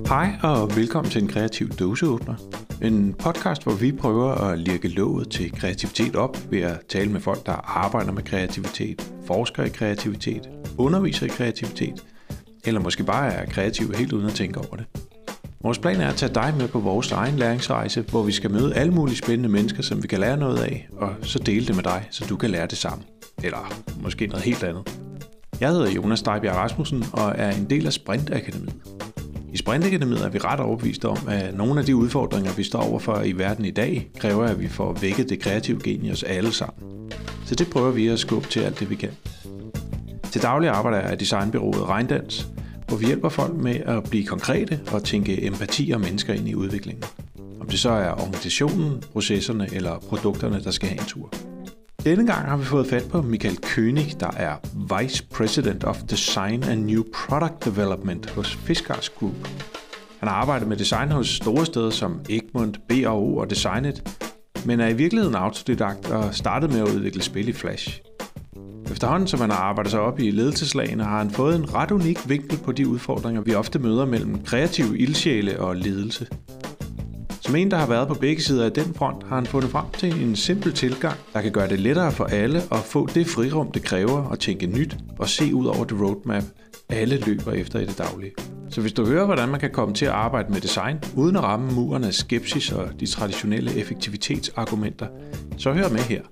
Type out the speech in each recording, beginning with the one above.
Hej og velkommen til en kreativ dåseåbner. En podcast, hvor vi prøver at lirke låget til kreativitet op ved at tale med folk, der arbejder med kreativitet, forsker i kreativitet, underviser i kreativitet, eller måske bare er kreative helt uden at tænke over det. Vores plan er at tage dig med på vores egen læringsrejse, hvor vi skal møde alle mulige spændende mennesker, som vi kan lære noget af, og så dele det med dig, så du kan lære det samme. Eller måske noget helt andet. Jeg hedder Jonas Stejbjerg Rasmussen og er en del af Sprint Akademiet. I Sprint Akademiet er vi ret overbevist om, at nogle af de udfordringer, vi står overfor i verden i dag, kræver, at vi får vækket det kreative gen i os alle sammen. Så det prøver vi at skubbe til alt det, vi kan. Til daglig arbejder jeg af designbureauet Regndans, hvor vi hjælper folk med at blive konkrete og tænke empati og mennesker ind i udviklingen. Om det så er organisationen, processerne eller produkterne, der skal have en tur. Denne gang har vi fået fat på Michael König, der er Vice President of Design and New Product Development hos Fiskars Group. Han har arbejdet med design hos store steder som Egmont, B&O og Designet, men er i virkeligheden autodidakt og startede med at udvikle spil i Flash. Efterhånden som han har arbejdet sig op i ledelseslagene, har han fået en ret unik vinkel på de udfordringer, vi ofte møder mellem kreative ildsjæle og ledelse. Som en, der har været på begge sider af den front, har han fundet frem til en simpel tilgang, der kan gøre det lettere for alle at få det frirum, det kræver at tænke nyt og se ud over det roadmap, alle løber efter i det daglige. Så hvis du hører, hvordan man kan komme til at arbejde med design, uden at ramme muren af skepsis og de traditionelle effektivitetsargumenter, så hør med her.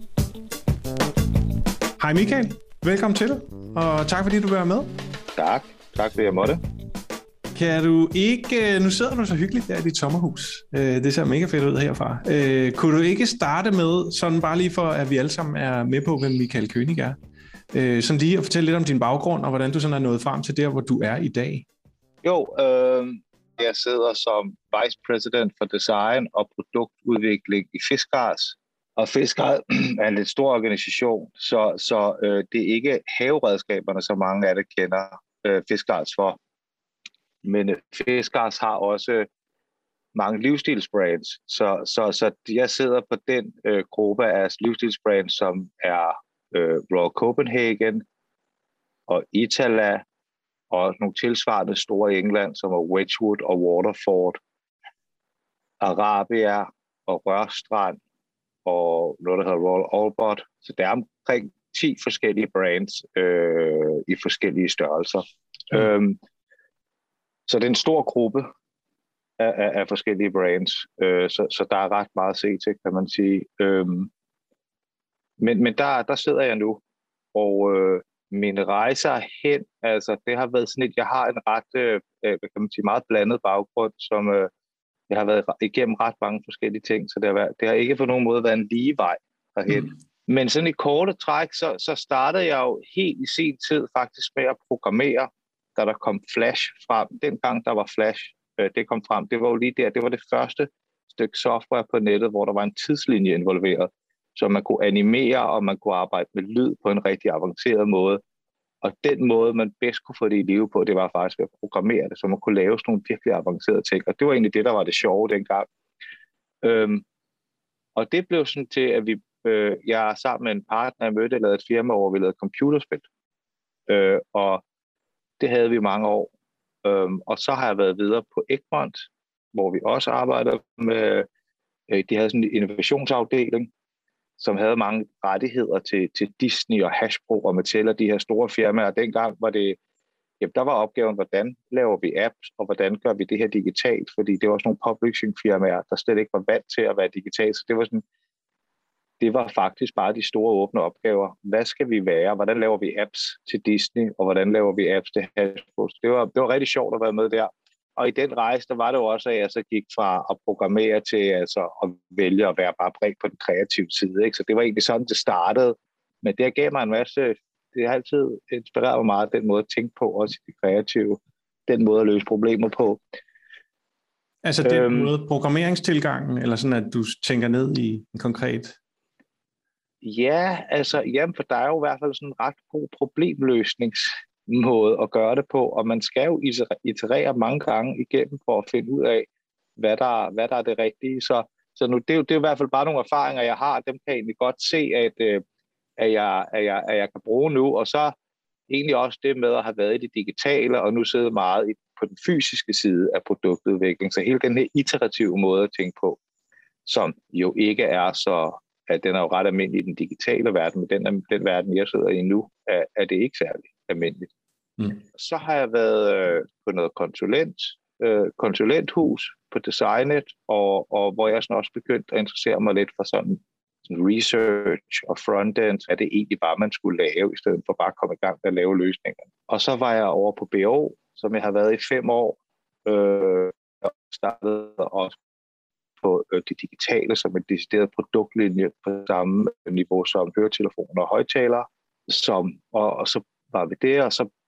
Hej Michael, velkommen til, og tak fordi du vil være med. Tak fordi jeg måtte. Kan du ikke, nu sidder du så hyggeligt der i dit sommerhus, det ser mega fedt ud herfra. Kunne du ikke starte med, sådan bare lige for at vi alle sammen er med på, hvem Michael König er, sådan lige at fortælle lidt om din baggrund, og hvordan du sådan er nået frem til der, hvor du er i dag? Jo, jeg sidder som Vice President for Design og Produktudvikling i Fiskars. Og Fiskars er en lidt stor organisation, så det er ikke haveredskaberne, som mange af det kender Fiskars for. Men Fiskars har også mange livsstilsbrands, så jeg sidder på den gruppe af livsstilsbrands, som er Royal Copenhagen og Itala, og nogle tilsvarende store i England, som er Wedgwood og Waterford, Arabia og Rørstrand og noget, der hedder Royal Albert. Så der er omkring 10 forskellige brands i forskellige størrelser. Så det er en stor gruppe af forskellige brands, så der er ret meget at se til, kan man sige. Men der sidder jeg nu, og mine rejser hen, altså det har været sådan et, jeg har en ret, kan man sige, meget blandet baggrund, som jeg har været igennem ret mange forskellige ting, så det har ikke på nogen måde været en lige vej derhen. Men sådan i korte træk, så startede jeg jo helt i sin tid faktisk med at programmere, da der kom Flash frem. Dengang der var Flash, det kom frem, det var jo lige der, det var det første stykke software på nettet, hvor der var en tidslinje involveret, så man kunne animere, og man kunne arbejde med lyd på en rigtig avanceret måde. Og den måde, man bedst kunne få det i live på, det var faktisk at programmere det, så man kunne lave sådan nogle virkelig avancerede ting. Og det var egentlig det, der var det sjove dengang. Og det blev sådan til, at jeg sammen med en partner mødte, lavede et firma, hvor vi lavede computerspil. Og det havde vi mange år. Og så har jeg været videre på Egmont, hvor vi også arbejder med, de havde sådan en innovationsafdeling, som havde mange rettigheder til Disney og Hasbro og Mattel og de her store firmaer. Dengang var det, der var opgaven, hvordan laver vi apps, og hvordan gør vi det her digitalt, fordi det var sådan nogle publishing firmaer, der slet ikke var vant til at være digitalt. Så det var faktisk bare de store åbne opgaver. Hvad skal vi være? Hvordan laver vi apps til Disney, og hvordan laver vi apps til Hasbro? Det var rigtig sjovt at være med der. Og i den rejse, der var det jo også, at jeg så gik fra at programmere til altså at vælge at være bare bredt på den kreative side. Ikke? Så det var egentlig sådan, det startede. Men det gav mig en masse, det har altid inspireret mig meget, den måde at tænke på, også i det kreative. Den måde at løse problemer på. Altså den måde, programmeringstilgangen, eller sådan, at du tænker ned i en konkret... Ja, altså, jamen, for der er jo i hvert fald sådan en ret god problemløsningsmåde at gøre det på, og man skal jo iterere mange gange igennem for at finde ud af, hvad der er det rigtige. Så nu, det er i hvert fald bare nogle erfaringer, jeg har, dem kan jeg egentlig godt se, at jeg kan bruge nu, og så egentlig også det med at have været i det digitale, og nu sidde meget på den fysiske side af produktudvikling. Så hele den her iterative måde at tænke på, som jo ikke er så, at den er jo ret almindelig i den digitale verden, men den verden, jeg sidder i nu, er det ikke særlig almindeligt. Så har jeg været på noget konsulenthus på Designet, og hvor jeg sådan også begyndt at interessere mig lidt for sådan research og frontend, er det egentlig bare, man skulle lave, i stedet for bare at komme i gang med at lave løsninger. Og så var jeg over på BO, som jeg har været i 5 år, og startede også på det digitale som en decideret produktlinje på samme niveau som høretelefoner og højttalere, og så var vi det, og så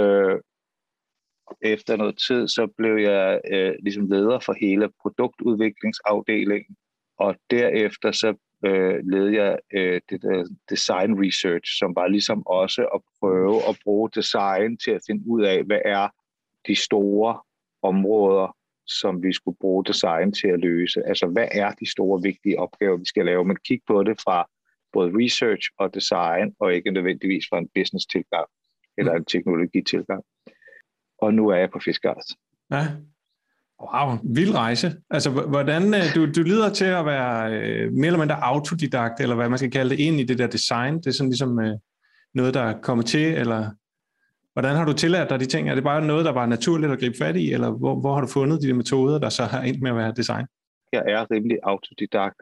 efter noget tid, så blev jeg ligesom leder for hele produktudviklingsafdelingen, og derefter så ledede jeg det der design research, som var ligesom også at prøve at bruge design til at finde ud af, hvad er de store områder, som vi skulle bruge design til at løse. Altså, hvad er de store, vigtige opgaver, vi skal lave? Men kig på det fra både research og design, og ikke nødvendigvis fra en business-tilgang eller en teknologitilgang. Og nu er jeg på Fiskars. Ja. Wow, vild rejse. Altså, hvordan du lyder til at være mere eller mindre autodidakt, eller hvad man skal kalde det, ind i det der design. Det er sådan ligesom noget, der er kommet til, eller hvordan har du tillært dig de ting? Er det bare noget, der var naturligt at gribe fat i, eller hvor har du fundet de metoder, der så har endt med at være design? Jeg er rimelig autodidakt.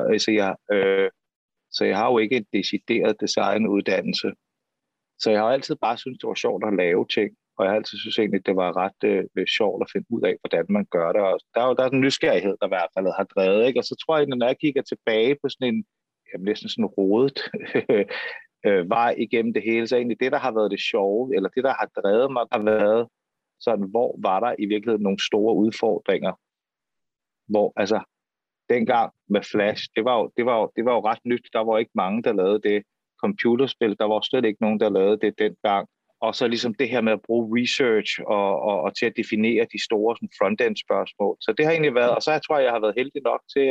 Så jeg har jo ikke en decideret designuddannelse. Så jeg har altid bare syntes, det var sjovt at lave ting. Og jeg har altid synes egentlig, det var ret sjovt at finde ud af, hvordan man gør det. Og der er en nysgerrighed, der i hvert fald har drevet. Ikke? Og så tror jeg, når jeg kigger tilbage på sådan en næsten sådan rodet vej igennem det hele, så egentlig det, der har været det sjove, eller det, der har drevet mig, har været sådan, hvor var der i virkeligheden nogle store udfordringer. Hvor altså, dengang med Flash, det var jo ret nyt. Der var ikke mange, der lavede det. Computerspil, der var slet ikke nogen, der lavede det dengang. Og så ligesom det her med at bruge research og til at definere de store sådan front-end spørgsmål. Så det har egentlig været, og så tror jeg har været heldig nok til,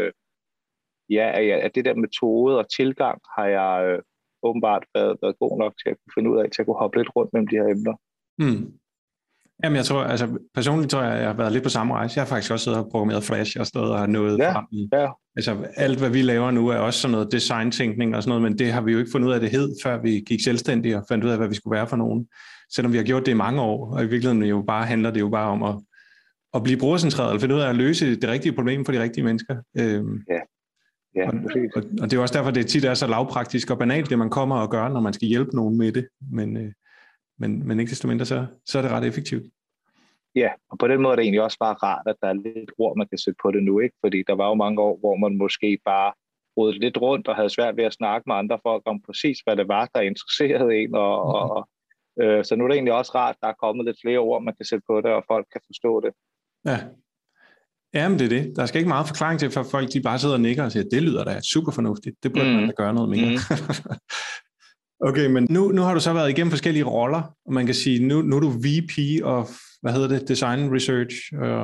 at det der metode og tilgang har jeg åbenbart været god nok til at kunne finde ud af, til at kunne hoppe lidt rundt mellem de her emner. Jamen jeg tror, altså personligt tror jeg har været lidt på samme rejse. Jeg har faktisk også siddet og programmeret Flash, og stået og har nået frem i. Ja. Altså alt, hvad vi laver nu, er også sådan noget design-tænkning og sådan noget, men det har vi jo ikke fundet ud af, det hed, før vi gik selvstændige og fandt ud af, hvad vi skulle være for nogen. Selvom vi har gjort det i mange år, og i virkeligheden handler det jo bare om at blive brugercentreret, eller finde ud af at løse det rigtige problem for de rigtige mennesker. Og det er også derfor, det tit er så lavpraktisk og banalt, det man kommer og gør, når man skal hjælpe nogen med det. Men ikke desto mindre, så er det ret effektivt. Ja, og på den måde er det egentlig også bare rart, at der er lidt ord, man kan sætte på det nu, ikke? Fordi der var jo mange år, hvor man måske bare rodede lidt rundt og havde svært ved at snakke med andre folk om præcis, hvad det var, der interesserede en. Så nu er det egentlig også rart, at der er kommet lidt flere ord, man kan sætte på det, og folk kan forstå det. Ja. Jamen det er det. Der skal ikke meget forklaring til, for folk de bare sidder og nikker og siger, det lyder da super fornuftigt. Det burde man da gøre noget mere. Okay, men nu har du så været igennem forskellige roller, og man kan sige, nu er du VP of, Design Research?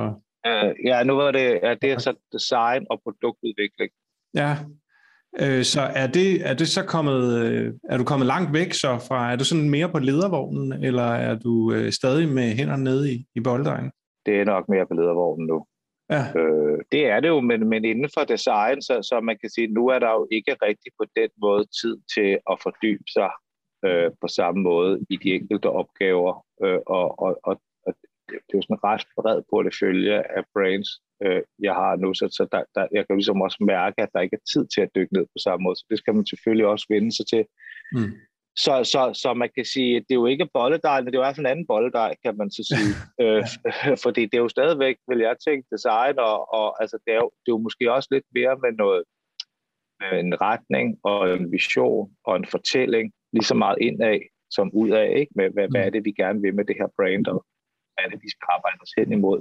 Nu var det er så design og produktudvikling. Ja, så er det så er du kommet langt væk så fra, er du sådan mere på ledervognen, eller er du stadig med hænderne nede i bolddejen? Det er nok mere på ledervognen nu. Ja. Det er det jo, men inden for design, så man kan sige, nu er der jo ikke rigtig på den måde tid til at fordybe sig på samme måde i de enkelte opgaver, og det er jo sådan ret bred på det følge af brains, jeg har nu, så jeg kan ligesom også mærke, at der ikke er tid til at dykke ned på samme måde, så det skal man selvfølgelig også vende sig til. Så man kan sige, det er jo ikke bolledej, men det er jo i hvert fald en anden bolledej, kan man så sige. Fordi det er jo stadigvæk, vil jeg tænke, design, og altså, det er jo måske også lidt mere med noget, en retning og en vision og en fortælling, lige så meget indad som udad, ikke? Med hvad er det, vi gerne vil med det her brand, og hvad er det, vi skal arbejde os hen imod.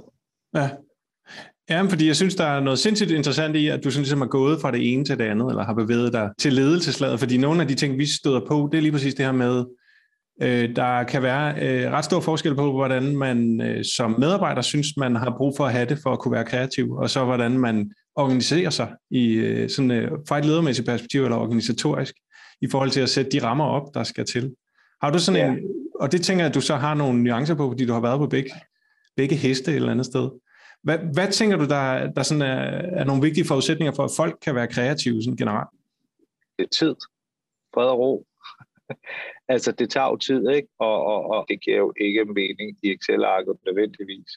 Ja, fordi jeg synes, der er noget sindssygt interessant i, at du sådan ligesom er gået fra det ene til det andet, eller har bevæget dig til ledelseslaget, fordi nogle af de ting, vi støder på, det er lige præcis det her med, der kan være ret stor forskel på, hvordan man som medarbejder synes, man har brug for at have det, for at kunne være kreativ, og så hvordan man organiserer sig i sådan fra et ledermæssigt perspektiv, eller organisatorisk, i forhold til at sætte de rammer op, der skal til. Har du sådan en, og det tænker jeg, at du så har nogle nuancer på, fordi du har været på begge begge heste et eller andet sted. Hvad tænker du, der sådan er nogle vigtige forudsætninger for, at folk kan være kreative sådan generelt? Det er tid, fred og ro. Altså, det tager jo tid, ikke? Og det giver jo ikke mening i Excel-arket nødvendigvis.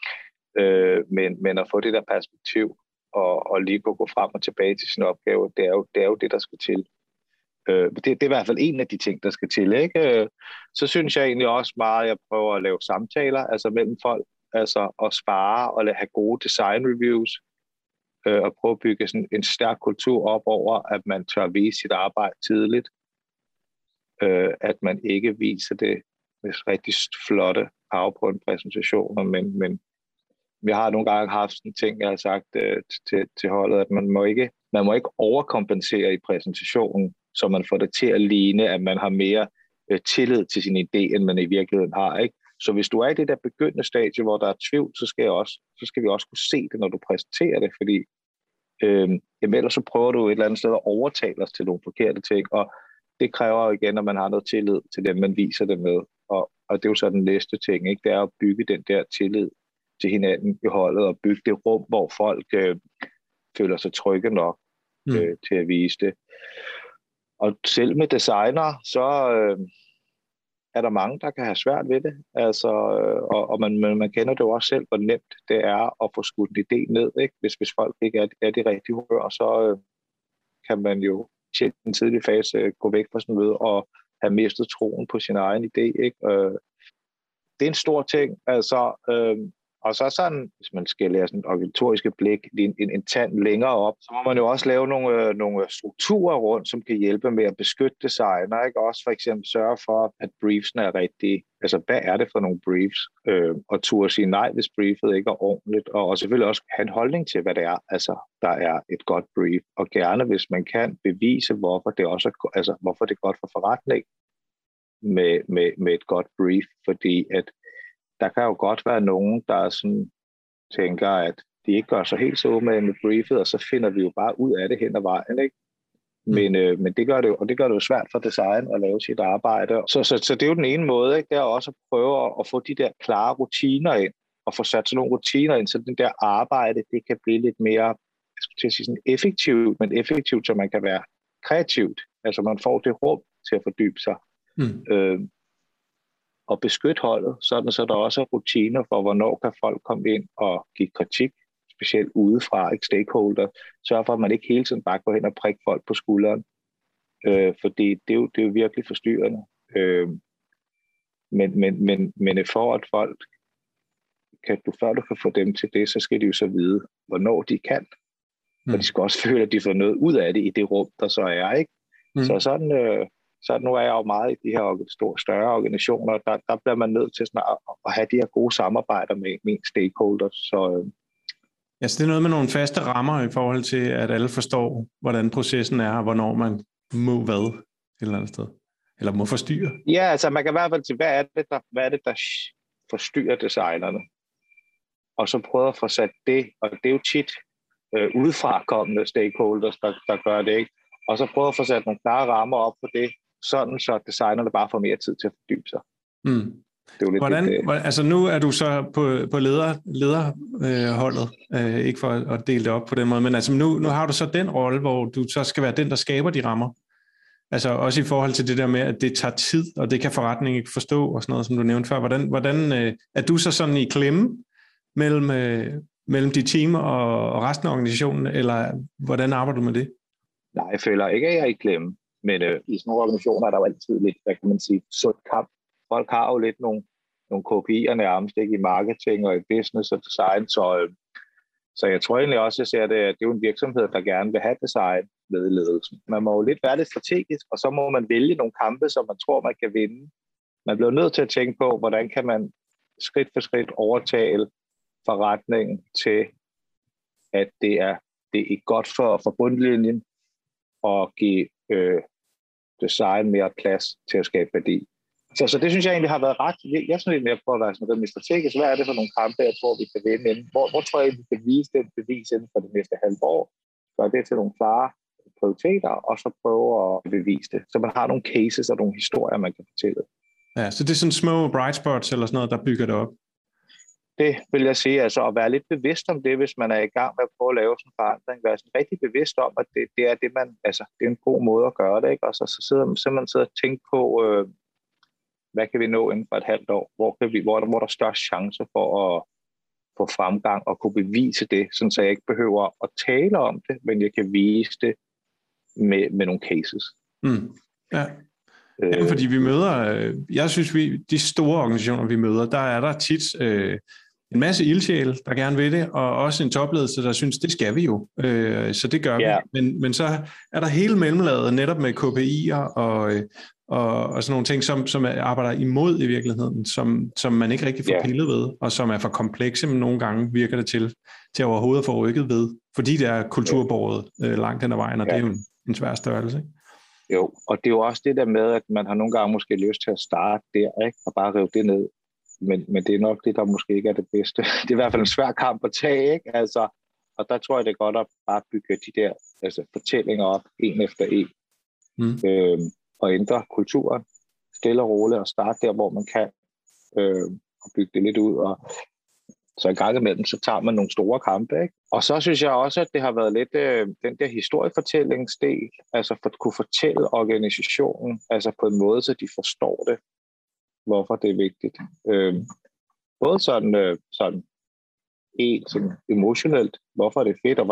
Men at få det der perspektiv og lige kunne gå frem og tilbage til sin opgave, det er jo det, der skal til. Det er i hvert fald en af de ting, der skal til, ikke? Så synes jeg egentlig også meget, at jeg prøver at lave samtaler, altså mellem folk, altså at spare og have gode design reviews, og prøve at bygge sådan en stærk kultur op over, at man tør vise sit arbejde tidligt, at man ikke viser det med rigtig flotte PowerPoint-præsentationer, men vi har nogle gange haft sådan ting, jeg har sagt til holdet, at man må ikke overkompensere i præsentationen, så man får det til at ligne, at man har mere tillid til sin idé, end man i virkeligheden har, ikke? Så hvis du er i det der begyndende stadie, hvor der er tvivl, så skal vi også kunne se det, når du præsenterer det, fordi ellers så prøver du et eller andet sted at overtale os til nogle forkerte ting, og det kræver jo igen, at man har noget tillid til dem, man viser det med, og det er jo så den næste ting, ikke? Det er at bygge den der tillid til hinanden i holdet, og bygge det rum, hvor folk føler sig trygge nok til at vise det. Og selv med designer, så er der mange, der kan have svært ved det. Altså, og man kender det jo også selv, hvor nemt det er at få skudt en idé ned, ikke? Hvis folk ikke er de rigtige humør, så kan man jo i den tidlige fase gå væk fra sådan noget og have mistet troen på sin egen idé, ikke? Det er en stor ting. Altså, og så sådan, hvis man skal lære sådan et organisatoriske blik en tand længere op, så må man jo også lave nogle strukturer rundt, som kan hjælpe med at beskytte designer, ikke? Også for eksempel sørge for, at briefsene er rigtige. Altså, hvad er det for nogle briefs? Og turde sige nej, hvis briefet ikke er ordentligt. Og selvfølgelig også have en holdning til, hvad det er, altså, der er et godt brief. Og gerne, hvis man kan bevise, hvorfor det er godt for forretning med et godt brief. Fordi at der kan jo godt være nogen, der sådan tænker, at de ikke gør sig helt så umage med briefet, og så finder vi jo bare ud af det hen ad vejen, ikke? Men det gør det jo, og det gør det jo svært for design at lave sit arbejde. Så det er jo den ene måde, ikke? Det er også at prøve at få de der klare rutiner ind, og få sat sådan nogle rutiner ind, så den der arbejde, det kan blive lidt mere, jeg skulle til at sige sådan effektivt, men effektivt, så man kan være kreativt. Altså man får det rum til at fordybe sig. Og beskytte holdet, sådan så der også er rutiner for, hvornår kan folk komme ind og give kritik, specielt udefra, ikke stakeholder. Sørg for, at man ikke hele tiden bare går hen og prikker folk på skulderen, fordi det er jo virkelig forstyrrende. Men for at folk, før du kan få dem til det, så skal de jo så vide, hvornår de kan. Og de skal også føle, at de får noget ud af det i det rum, der så er, ikke? Så sådan... Så nu er jeg jo meget i de her større organisationer, der bliver man nødt til sådan at have de her gode samarbejder med mine stakeholders. Så det er noget med nogle faste rammer i forhold til, at alle forstår, hvordan processen er, og hvornår man må hvad et eller andet sted. Eller må forstyrre. Ja, altså man kan i hvert fald til, hvad er det, der forstyrrer designerne? Og så prøve at få sat det, og det er jo tit udefra kommende stakeholders, der gør det, ikke? Og så prøve at få sat nogle klare rammer op på det, sådan så designerne bare får mere tid til at fordybe sig. Det er jo lidt altså nu er du så på lederholdet, ikke for at dele det op på den måde, men altså nu har du så den rolle, hvor du så skal være den, der skaber de rammer. Altså også i forhold til det der med, at det tager tid, og det kan forretningen ikke forstå, og sådan noget, som du nævnte før. Hvordan er du så sådan i klemme mellem dit team og resten af organisationen, eller hvordan arbejder du med det? Nej, jeg føler ikke, at jeg er i klemme. Men i sådan nogle organisationer er der jo altid lidt, hvad kan man sige, sund kamp. Folk har jo lidt nogle KPI'er nærmest, ikke, i marketing og i business og design. Så jeg tror egentlig også, at jeg ser det, at det er jo en virksomhed, der gerne vil have design med ledelsen. Man må jo lidt være lidt strategisk, og så må man vælge nogle kampe, som man tror, man kan vinde. Man bliver nødt til at tænke på, hvordan kan man skridt for skridt overtale forretningen til, at det er godt for bundlinjen og give design mere plads til at skabe værdi. Så det synes jeg egentlig har været ret. Jeg synes egentlig mere på at være sådan noget strategisk. Hvad er det for nogle kampe, jeg tror, vi kan vinde inden? Hvor tror jeg, vi kan vise den bevis inden for det næste halve år? Gør det til nogle klare prioriteter, og så prøve at bevise det. Så man har nogle cases og nogle historier, man kan fortælle. Ja, så det er sådan små bright spots eller sådan noget, der bygger det op? det vil jeg sige, altså at være lidt bevidst om det, hvis man er i gang med at prøve at lave sådan en forandring. Være sådan rigtig bevidst om, at det er det, man, altså det er en god måde at gøre det, ikke? Og så sidder man og tænker på, hvad kan vi nå inden for et halvt år? Hvor er der størst chance for at få fremgang og kunne bevise det, sådan så jeg ikke behøver at tale om det, men jeg kan vise det med nogle cases. Ja. Jamen, fordi vi møder, jeg synes, de store organisationer, vi møder, der er der tit en masse ildsjæle, der gerne vil det, og også en topledelse, der synes, det skal vi jo. Så det gør vi. Men så er der hele mellemlaget netop med KPI'er og sådan nogle ting, som arbejder imod i virkeligheden, som man ikke rigtig får pillet ved, og som er for komplekse, men nogle gange virker det til overhovedet at få rykket ved, fordi det er kulturbåret langt hen ad vejen, og det er jo en svær størrelse, ikke? Jo, og det er jo også det der med, at man har nogle gange måske lyst til at starte der, ikke? Og bare rive det ned. Men det er nok det, der måske ikke er det bedste. Det er i hvert fald en svær kamp at tage, ikke? Altså, og der tror jeg, det er godt at bare bygge de der fortællinger op, en efter en. Og ændre kulturen stille og roligt, og starte der, hvor man kan, og bygge det lidt ud. Og så i gang imellem, så tager man nogle store kampe, ikke? Og så synes jeg også, at det har været lidt den der historiefortællingsdel, altså for at kunne fortælle organisationen, altså på en måde, så de forstår det, hvorfor det er vigtigt. Både sådan emotionelt, hvorfor det er fedt, og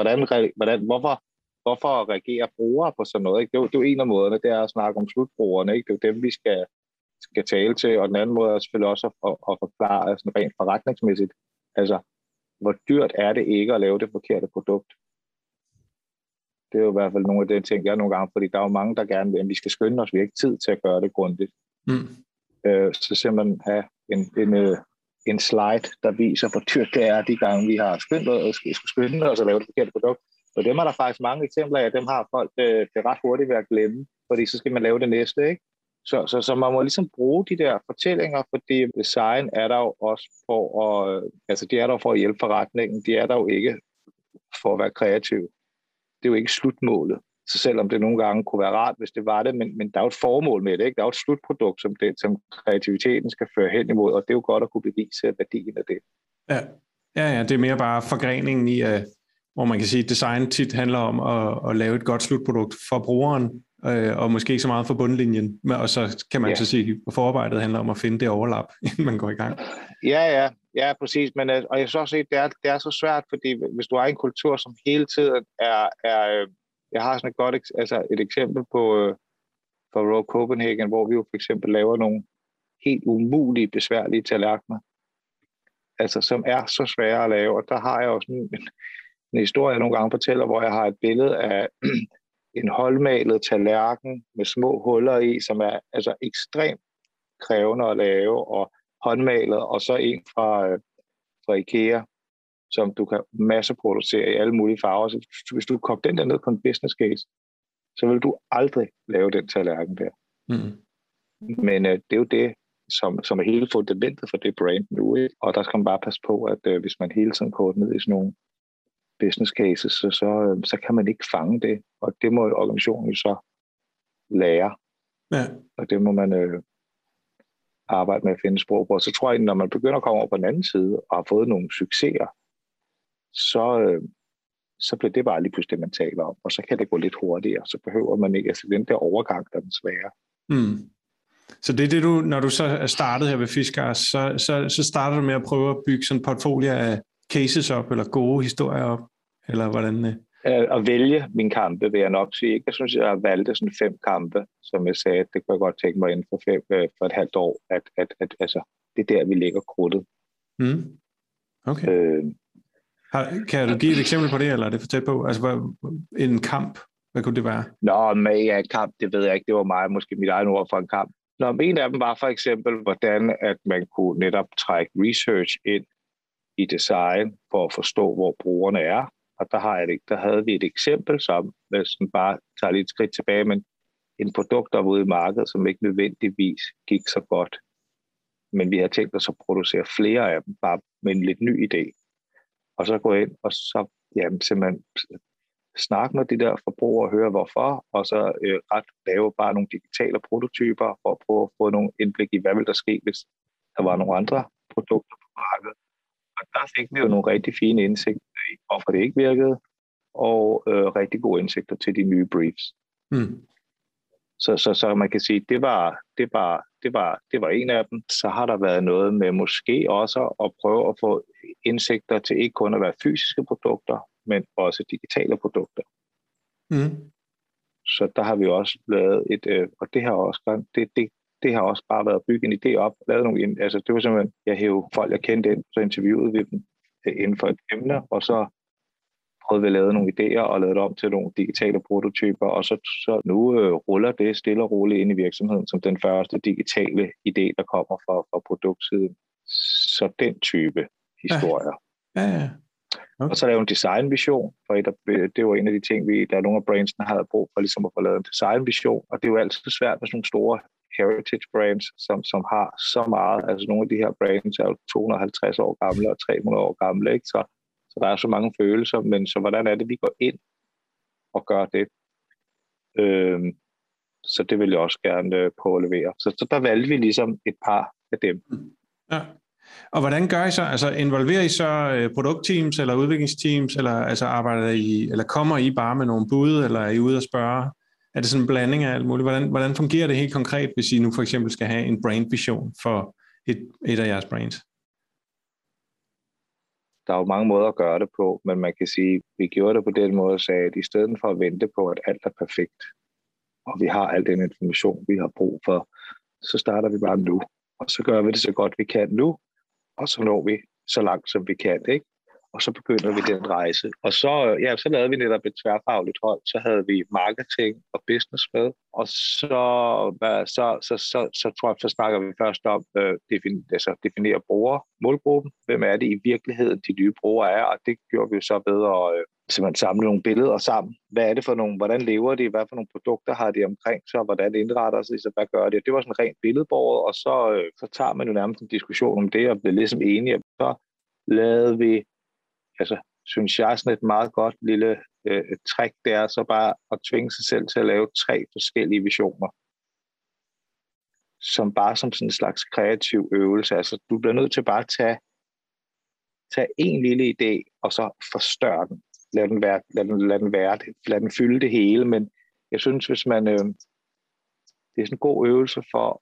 hvorfor reagerer brugere på sådan noget, ikke? Det er jo en af måderne, det er at snakke om slutbrugerne, ikke? Det er jo dem, vi skal tale til, og den anden måde er selvfølgelig også at forklare sådan rent forretningsmæssigt, altså, hvor dyrt er det ikke at lave det forkerte produkt? Det er jo i hvert fald nogle af de ting, jeg nogle gange, fordi der er jo mange, der gerne vil, at vi skal skynde os, vi har ikke tid til at gøre det grundigt. Så simpelthen have en slide, der viser, hvor dyrt det er, de gange vi har skyndt os at lave det forkerte produkt. Og dem er der faktisk mange eksempler af, dem har folk det ret hurtigt ved at glemme, fordi så skal man lave det næste, ikke? Så man må ligesom bruge de der fortællinger, fordi design er der jo også for de er der for at hjælpe forretningen, de er der jo ikke for at være kreativ. Det er jo ikke slutmålet. Så selvom det nogle gange kunne være rart, hvis det var det, men der er jo et formål med det, ikke? Der er jo et slutprodukt, som kreativiteten skal føre hen imod, og det er jo godt at kunne bevise værdien af det. Ja, det er mere bare forgreningen i, hvor man kan sige, at design tit handler om at lave et godt slutprodukt for brugeren, og måske ikke så meget for bundlinjen, og så kan man så sige, at forarbejdet handler om at finde det overlap, inden man går i gang. Ja, præcis, men og jeg så også at det er så svært, fordi hvis du har en kultur, som hele tiden er jeg har sådan et eksempel på Royal Copenhagen, hvor vi jo for eksempel laver nogle helt umulige, besværlige tallerkener, altså som er så svære at lave, og der har jeg også en historie, jeg nogle gange fortæller, hvor jeg har et billede af en håndmalet tallerken med små huller i, som er altså ekstremt krævende at lave, og håndmalet, og så en fra IKEA, som du kan masseproducere i alle mulige farver. Så hvis du kogte den der ned på en business case, så vil du aldrig lave den tallerken der. Men det er jo det, som er hele fundamentet for det brand nu, ikke? Og der skal man bare passe på, at hvis man hele tiden koger ned i sådan nogle business cases, så kan man ikke fange det, og det må organisationen så lære. Ja. Og det må man arbejde med at finde sprog på. Så tror jeg, når man begynder at komme over på den anden side, og har fået nogle succeser, så bliver det bare lige pludselig det, man taler om, og så kan det gå lidt hurtigere, så behøver man ikke, altså den der overgang, der er den svære. Så det er det, når du så er startet her ved Fiskars, så starter du med at prøve at bygge sådan en portfolio af cases op, eller gode historier op, eller hvordan? At vælge mine kampe, vil jeg nok sige. Jeg synes, jeg valgte sådan 5 kampe, som jeg sagde, det kunne jeg godt tænke mig inden for et halvt år, at altså, det er der, vi lægger krudtet. Okay. Kan du give et eksempel på det, eller er det for tæt på? Altså, en kamp, hvad kunne det være? En kamp, det ved jeg ikke. Det var meget måske mit eget ord for en kamp. En af dem var for eksempel, hvordan at man kunne netop trække research ind i design for at forstå, hvor brugerne er. Og der havde vi et eksempel, som bare tager lidt skridt tilbage, men en produkt, der var ude i markedet, som ikke nødvendigvis gik så godt. Men vi havde tænkt os at producere flere af dem, bare med en lidt ny idé. Og så gå ind, og så simpelthen snakke med de der forbrugere og høre hvorfor, og så lave bare nogle digitale prototyper for at prøve at få nogle indblik i, hvad vil der ske, hvis der var nogle andre produkter på markedet. Og der fik vi jo nogle rigtig fine indsigter i, hvorfor det ikke virkede, og rigtig gode indsigter til de nye briefs. Mm. Så man kan sige, det var en af dem. Så har der været noget med måske også at prøve at få indsigter til ikke kun at være fysiske produkter, men også digitale produkter. Mm. Så der har vi også lavet og det har også det har også bare været at bygge en idé op, lavet nogle, altså det var simpelthen, jeg hævde folk, jeg kendte ind, så interviewede vi dem inden for et emne, og så prøvede vi at lave nogle idéer og lave det om til nogle digitale prototyper, og så nu ruller det stille og roligt ind i virksomheden som den første digitale idé, der kommer fra produktsiden. Så den type historier. Ja. Okay. Og så lave en designvision, for det var en af de ting, der er nogle af brandsene havde brug for, ligesom at få lavet en designvision, og det er jo altid svært med sådan nogle store heritage brands, som har så meget, altså nogle af de her brands er jo 250 år gamle og 300 år gamle, ikke? Så der er så mange følelser, men så hvordan er det, vi går ind og gør det? Så det vil jeg også gerne prøve at levere. Så der valgte vi ligesom et par af dem. Ja. Og hvordan gør I så? Altså involverer I så produktteams eller udviklingsteams, eller altså arbejder I, eller kommer I bare med nogle bud, eller er I ude og spørge? Er det sådan en blanding af alt muligt? Hvordan fungerer det helt konkret, hvis I nu for eksempel skal have en brandvision for et af jeres brands? Der er jo mange måder at gøre det på, men man kan sige, at vi gjorde det på den måde og sagde, at i stedet for at vente på, at alt er perfekt, og vi har al den information, vi har brug for, så starter vi bare nu. Og så gør vi det så godt vi kan nu, og så når vi så langt som vi kan, ikke? Og så begynder vi den rejse. Og så lavede vi netop et tværfagligt hold. Så havde vi marketing og business med. Og så tror jeg, så snakker vi først om definere målgruppen. Hvem er det i virkeligheden, de nye brugere er? Og det gjorde vi jo så ved at simpelthen samle nogle billeder sammen. Hvad er det for nogle? Hvordan lever de? Hvad for nogle produkter har de omkring sig? Hvordan indretter sig? Så hvad gør de? Det var sådan rent billedbordet. Og så tager man jo nærmest en diskussion om det og bliver ligesom enige. Og så lavede vi synes jeg, sådan et meget godt lille trick, det er så bare at tvinge sig selv til at lave 3 forskellige visioner, som bare som sådan en slags kreativ øvelse. Altså, du bliver nødt til bare at tage en lille idé, og så forstørre den. Lad den fylde det hele, men jeg synes, hvis man det er sådan en god øvelse for,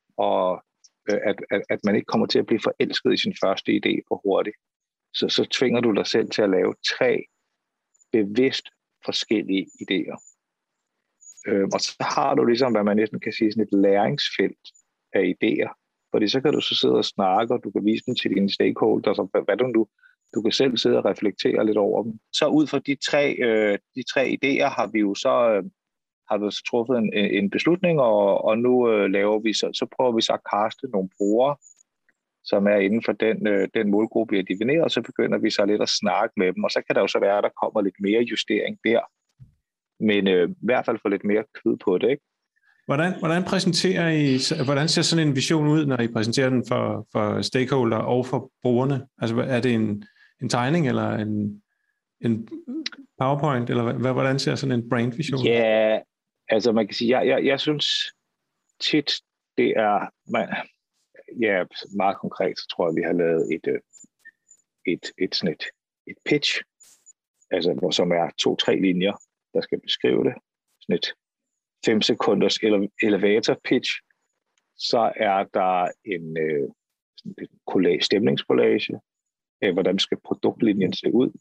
at man ikke kommer til at blive forelsket i sin første idé for hurtigt. Så tvinger du dig selv til at lave 3 bevidst forskellige idéer. Og så har du ligesom, hvad man næsten kan sige, sådan et læringsfelt af idéer. Fordi så kan du så sidde og snakke, og du kan vise dem til dine stakeholders, og hvad du kan selv sidde og reflektere lidt over dem. Så ud fra de tre idéer har vi jo så truffet en beslutning, og nu så prøver vi så at kaste nogle brugere, som er inden for den målgruppe, vi har defineret, og så begynder vi så lidt at snakke med dem, og så kan der jo så være, at der kommer lidt mere justering der, men i hvert fald få lidt mere kød på det, ikke? Hvordan ser sådan en vision ud, når I præsenterer den for stakeholder og for brugerne? Altså er det en tegning, eller en PowerPoint, eller hvordan ser sådan en brandvision ud? Ja, altså man kan sige, jeg synes tit, det er... Ja, meget konkret, så tror jeg, vi har lavet et pitch, altså, som er 2-3 linjer, der skal beskrive det. Sådan et 5 sekunders elevator pitch. Så er der en stemningskollage af, hvordan skal produktlinjen se ud.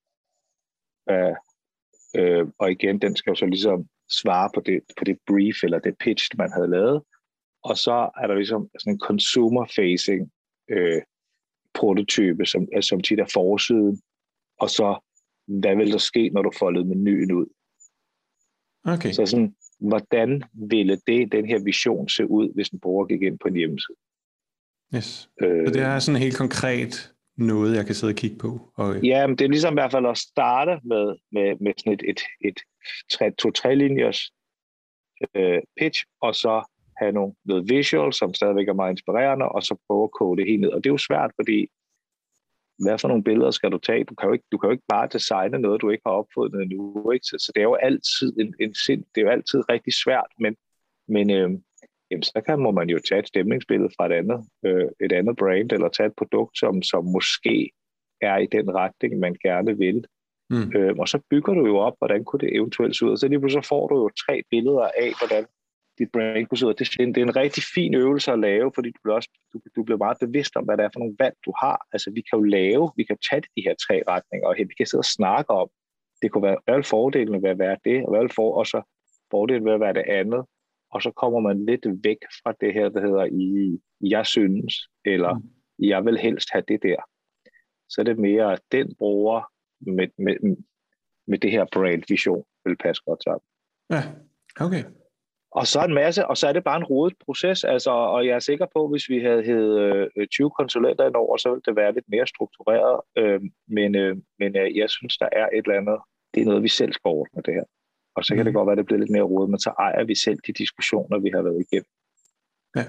Og igen, den skal jo så ligesom svare på det brief, eller det pitch, man havde lavet. Og så er der ligesom sådan en consumer-facing prototype, som tit er forsiden. Og så, hvad vil der ske, når du foldede menuen ud? Okay. Så sådan, hvordan ville den her vision se ud, hvis en bruger gik ind på en hjemmeside? Yes. Så det er sådan helt konkret noget, jeg kan sidde og kigge på? Ja, men det er ligesom i hvert fald at starte med sådan et 2-3 linjers pitch, og så have noget visual, som stadigvæk er meget inspirerende, og så prøve at koge det helt ned. Og det er jo svært, fordi hvad for nogle billeder skal du tage? Du kan jo ikke bare designe noget, du ikke har opfundet endnu, ikke? Så det er jo altid det er jo altid rigtig svært, men så må man jo tage et stemningsbillede fra et andet brand, eller tage et produkt, som måske er i den retning, man gerne vil. Og så bygger du jo op, hvordan kunne det eventuelt se ud. Og så lige pludselig får du jo 3 billeder af, hvordan dit brain kunne se ud. Det er en rigtig fin øvelse at lave, fordi du bliver meget bevidst om, hvad det er for nogle valg, du har. Altså vi kan tage de her 3 retninger, og vi kan sidde og snakke om, det kunne være alle fordelene ved at være det, og så fordelen ved at være det andet. Og så kommer man lidt væk fra det her, der hedder jeg synes, eller jeg vil helst have det der. Så er det mere, at den bruger med det her brand vision vil passe godt sammen. Ja, okay. Og så og så er det bare en rodet proces, altså, og jeg er sikker på, at hvis vi havde 20 konsulenter indover, så ville det være lidt mere struktureret, men jeg synes, der er et eller andet, det er noget, vi selv skal ordne det her. Og så kan det godt være, at det bliver lidt mere rodet, men så ejer vi selv de diskussioner, vi har været igennem. Ja.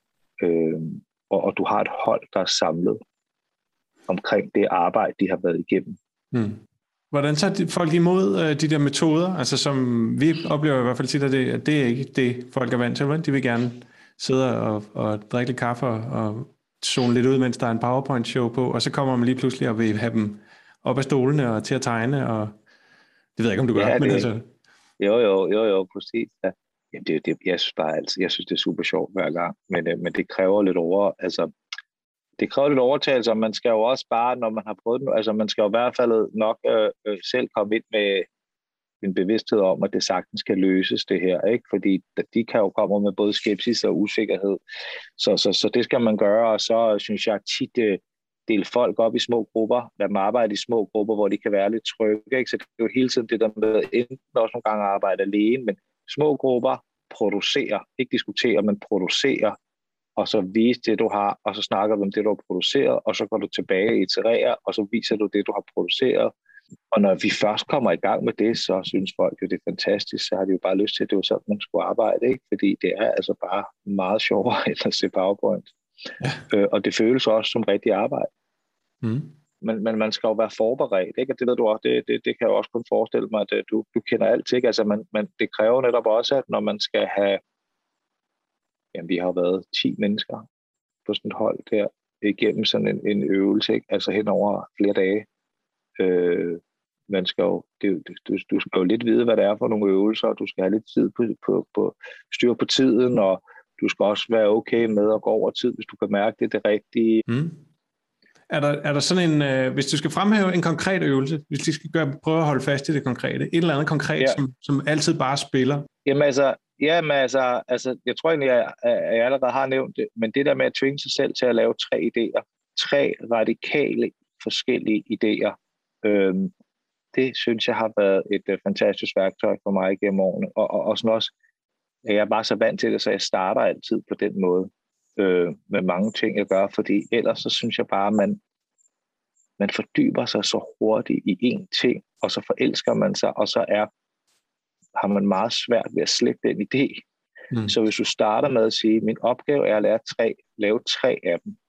Og du har et hold, der er samlet omkring det arbejde, de har været igennem. Hvordan tager folk imod de der metoder? Altså som vi oplever i hvert fald tit, at det er ikke det, folk er vant til. De vil gerne sidde og drikke lidt kaffe og zone lidt ud, mens der er en PowerPoint-show på, og så kommer man lige pludselig og vil have dem op af stolene og til at tegne, og det ved jeg ikke, om du gør, men altså... Jo, præcis. Ja. Jamen, jeg synes, det er super sjovt hver gang, men det kræver lidt overtagelse, og man skal jo også bare, når man har prøvet det, altså man skal jo i hvert fald nok selv komme ind med en bevidsthed om, at det sagtens kan løses det her, ikke? Fordi de kan jo komme med både skepsis og usikkerhed, så det skal man gøre, og så synes jeg tit dele folk op i små grupper, lad dem arbejde i små grupper, hvor de kan være lidt trygge, ikke? Så det er jo hele tiden det der med, enten også nogle gange arbejde alene, men små grupper producerer, ikke diskuterer, men producerer, og så vise det, du har, og så snakker vi om det, du har produceret, og så går du tilbage og itererer, og så viser du det, du har produceret. Og når vi først kommer i gang med det, så synes folk jo, det er fantastisk, så har de jo bare lyst til, at det var sådan, man skulle arbejde, ikke? Fordi det er altså bare meget sjovere end at se PowerPoint. Ja. Og det føles også som rigtig arbejde. Men man skal jo være forberedt, ikke? Og det ved du også, det kan jeg også kun forestille mig, at du kender alt, ikke? Altså det kræver netop også, at når man skal have, jamen vi har været 10 mennesker på sådan et hold der, igennem sådan en øvelse, ikke? Altså hen over flere dage. Man skal jo, du skal jo lidt vide, hvad det er for nogle øvelser, og du skal have lidt tid på styr på tiden, og du skal også være okay med at gå over tid, hvis du kan mærke, det er det rigtige. Er der sådan en, hvis du skal fremhæve en konkret øvelse, hvis du skal prøve at holde fast i det konkrete, et eller andet konkret, som altid bare spiller? Jamen altså, jeg tror egentlig, jeg allerede har nævnt det, men det der med at tvinge sig selv til at lave 3 idéer, 3 radikale forskellige idéer, det synes jeg har været et fantastisk værktøj for mig gennem årene, og sådan også, jeg er bare så vant til det, så jeg starter altid på den måde, med mange ting, jeg gør, fordi ellers så synes jeg bare, at man fordyber sig så hurtigt i én ting, og så forelsker man sig, og så har man meget svært ved at slippe den idé. Så hvis du starter med at sige, at min opgave er at lave 3 af dem,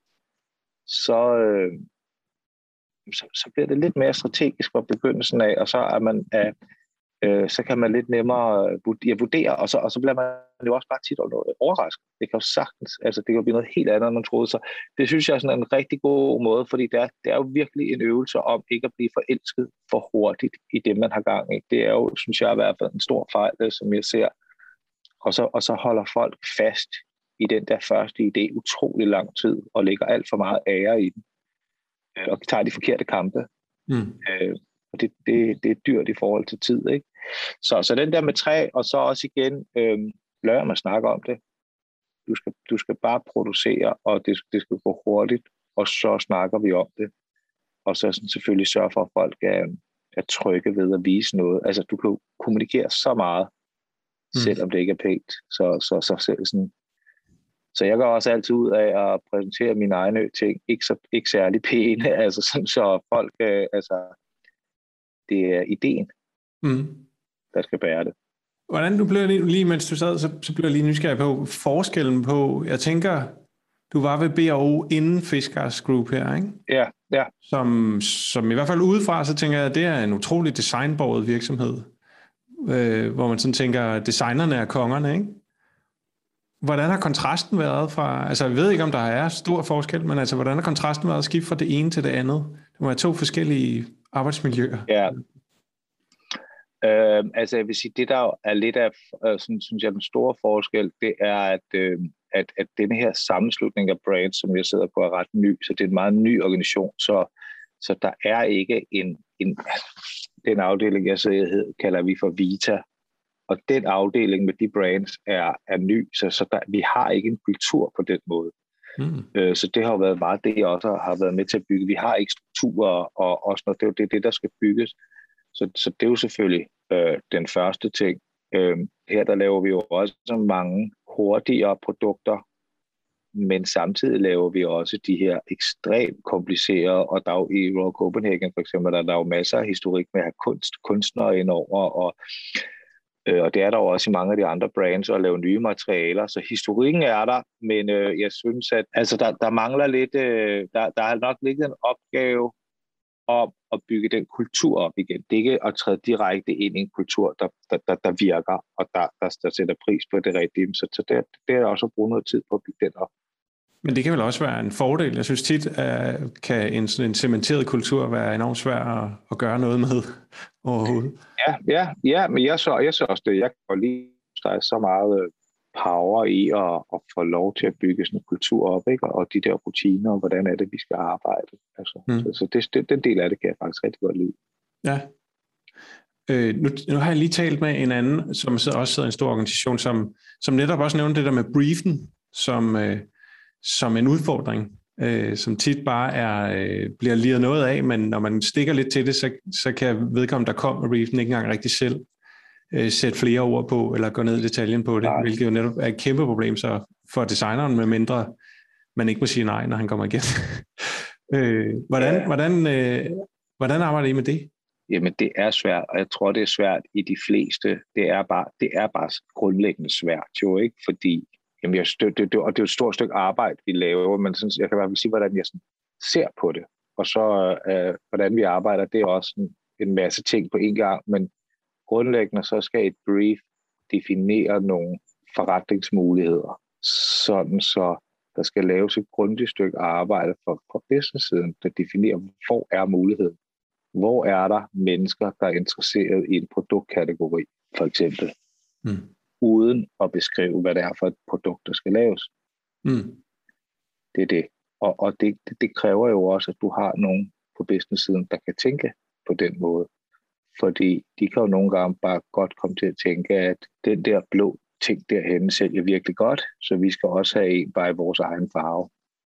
så bliver det lidt mere strategisk fra begyndelsen af, og så er man så kan man lidt nemmere vurdere, og så bliver man jo også bare tit overrasket. Det kan jo sagtens, altså det kan blive noget helt andet, end man troede. Så det synes jeg er sådan en rigtig god måde, fordi det er jo virkelig en øvelse om ikke at blive forelsket for hurtigt i det, man har gang i. Det er jo, synes jeg, i hvert fald en stor fejl, som jeg ser. Og så holder folk fast i den der første idé utrolig lang tid, og lægger alt for meget ære i den, og tager de forkerte kampe. Og det er dyrt i forhold til tid, ikke? Så den der med 3, og så også igen, lad mig snakke om det. Du skal bare producere, og det skal gå hurtigt, og så snakker vi om det. Og så sådan selvfølgelig sørge for, at folk er trygge ved at vise noget. Altså, du kan kommunikere så meget, selvom det ikke er pænt. Så jeg går også altid ud af at præsentere mine egne ting, ikke særlig pæne, altså sådan, så folk, det er ideen, der skal bære det. Hvordan du blev lige mens du sad, så blev jeg lige nysgerrig på forskellen på, jeg tænker, du var ved B&O inden Fiskars Group her, ikke? Ja. Som i hvert fald udefra, så tænker jeg, at det er en utrolig designbåret virksomhed, hvor man sådan tænker, at designerne er kongerne, ikke? Hvordan har kontrasten været fra, altså jeg ved ikke, om der er stor forskel, men altså hvordan har kontrasten været at skifte fra det ene til det andet? Det må være 2 forskellige arbejdsmiljøer. Ja, altså jeg vil sige, det der jo er lidt af, sådan, synes jeg, den store forskel, det er, at denne her sammenslutning af brands, som jeg sidder på, er ret ny, så det er en meget ny organisation, så der er ikke den afdeling, jeg sidder kalder vi for Vita, og den afdeling med de brands er ny, så vi har ikke en kultur på den måde. Så det har jo været meget det, jeg også har været med til at bygge. Vi har ikke strukturer, og også når det er det, der skal bygges. Så det er jo selvfølgelig den første ting. Her der laver vi jo også mange hurtigere produkter, men samtidig laver vi også de her ekstremt komplicerede, og der er jo i Royal Copenhagen for eksempel, der er jo masser af historik med at have kunstnere indover, og det er der jo også i mange af de andre brands at lave nye materialer, så historikken er der, men jeg synes, at altså, der mangler lidt, der har nok ligget en opgave om at bygge den kultur op igen. Det er ikke at træde direkte ind i en kultur, der virker, og der sætter pris på det rigtige. Så det er også at bruge noget tid på at bygge den op. Men det kan vel også være en fordel. Jeg synes tit, kan en cementeret kultur være enormt svær at gøre noget med overhovedet. Ja, men jeg så også det. Jeg kan lide, der er så meget power i at få lov til at bygge sådan en kultur op, ikke? Og de der rutiner, og hvordan er det, vi skal arbejde. Altså, så den del af det kan jeg faktisk rigtig godt lide. Ja. Nu har jeg lige talt med en anden, som også sidder i en stor organisation, som netop også nævnte det der med briefen, som en udfordring, som tit bare bliver liret noget af, men når man stikker lidt til det, så kan vedkommende, der kom med briefen, ikke engang rigtig selv sætte flere ord på, eller gå ned i detaljen på det, hvilket jo netop er et kæmpe problem så for designeren, med mindre man ikke må sige nej, når han kommer igen. Hvordan arbejder I med det? Jamen, det er svært, og jeg tror, det er svært i de fleste. Det er bare grundlæggende svært, jo ikke? Fordi jamen, og det er jo et stort stykke arbejde, vi laver, men sådan, jeg kan i hvert fald sige, hvordan jeg sådan ser på det. Og så, hvordan vi arbejder, det er også en masse ting på en gang, men grundlæggende så skal et brief definere nogle forretningsmuligheder, sådan så der skal laves et grundigt stykke arbejde fra business-siden, der definerer, hvor er muligheden. Hvor er der mennesker, der er interesseret i en produktkategori, for eksempel, uden at beskrive, hvad det er for et produkt, der skal laves. Det er det. Og det kræver jo også, at du har nogen på business-siden, der kan tænke på den måde. Fordi de kan jo nogle gange bare godt komme til at tænke, at den der blå ting derhenne sælger virkelig godt, så vi skal også have en bare i vores egen farve.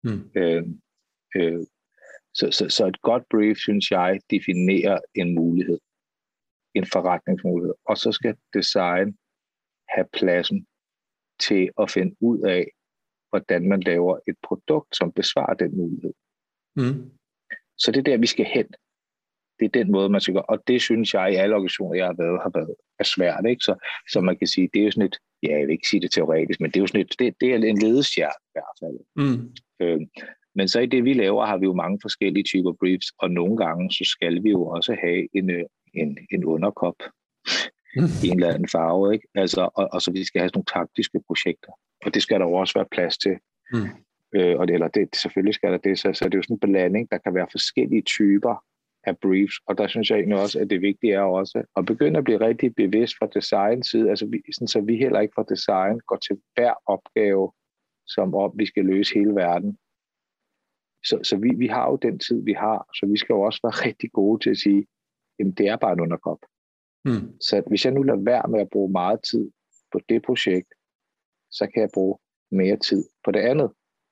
Så et godt brief, synes jeg, definerer en mulighed, en forretningsmulighed. Og så skal design have pladsen til at finde ud af, hvordan man laver et produkt, som besvarer den mulighed. Så det er der, vi skal hen. Det er den måde, man skal gøre. Og det synes jeg, i alle organisationer, jeg har været er svært. Ikke? Så man kan sige, det er jo sådan et, ja, jeg vil ikke sige det teoretisk, men det er jo sådan et, det er en ledestjerne i hvert fald. Men så i det, vi laver, har vi jo mange forskellige typer briefs, og nogle gange, så skal vi jo også have en underkop i en eller anden farve, ikke? Altså, og så vi skal have sådan nogle taktiske projekter, og det skal der jo også være plads til. Selvfølgelig skal der det, så det er jo sådan en blanding, der kan være forskellige typer af briefs, og der synes jeg egentlig også, at det vigtige er også at begynde at blive rigtig bevidst fra designs side, altså så vi heller ikke fra design går til hver opgave, som om vi skal løse hele verden. Så vi har jo den tid, vi har, så vi skal jo også være rigtig gode til at sige, jamen det er bare en underkop. Så hvis jeg nu lader være med at bruge meget tid på det projekt, så kan jeg bruge mere tid på det andet.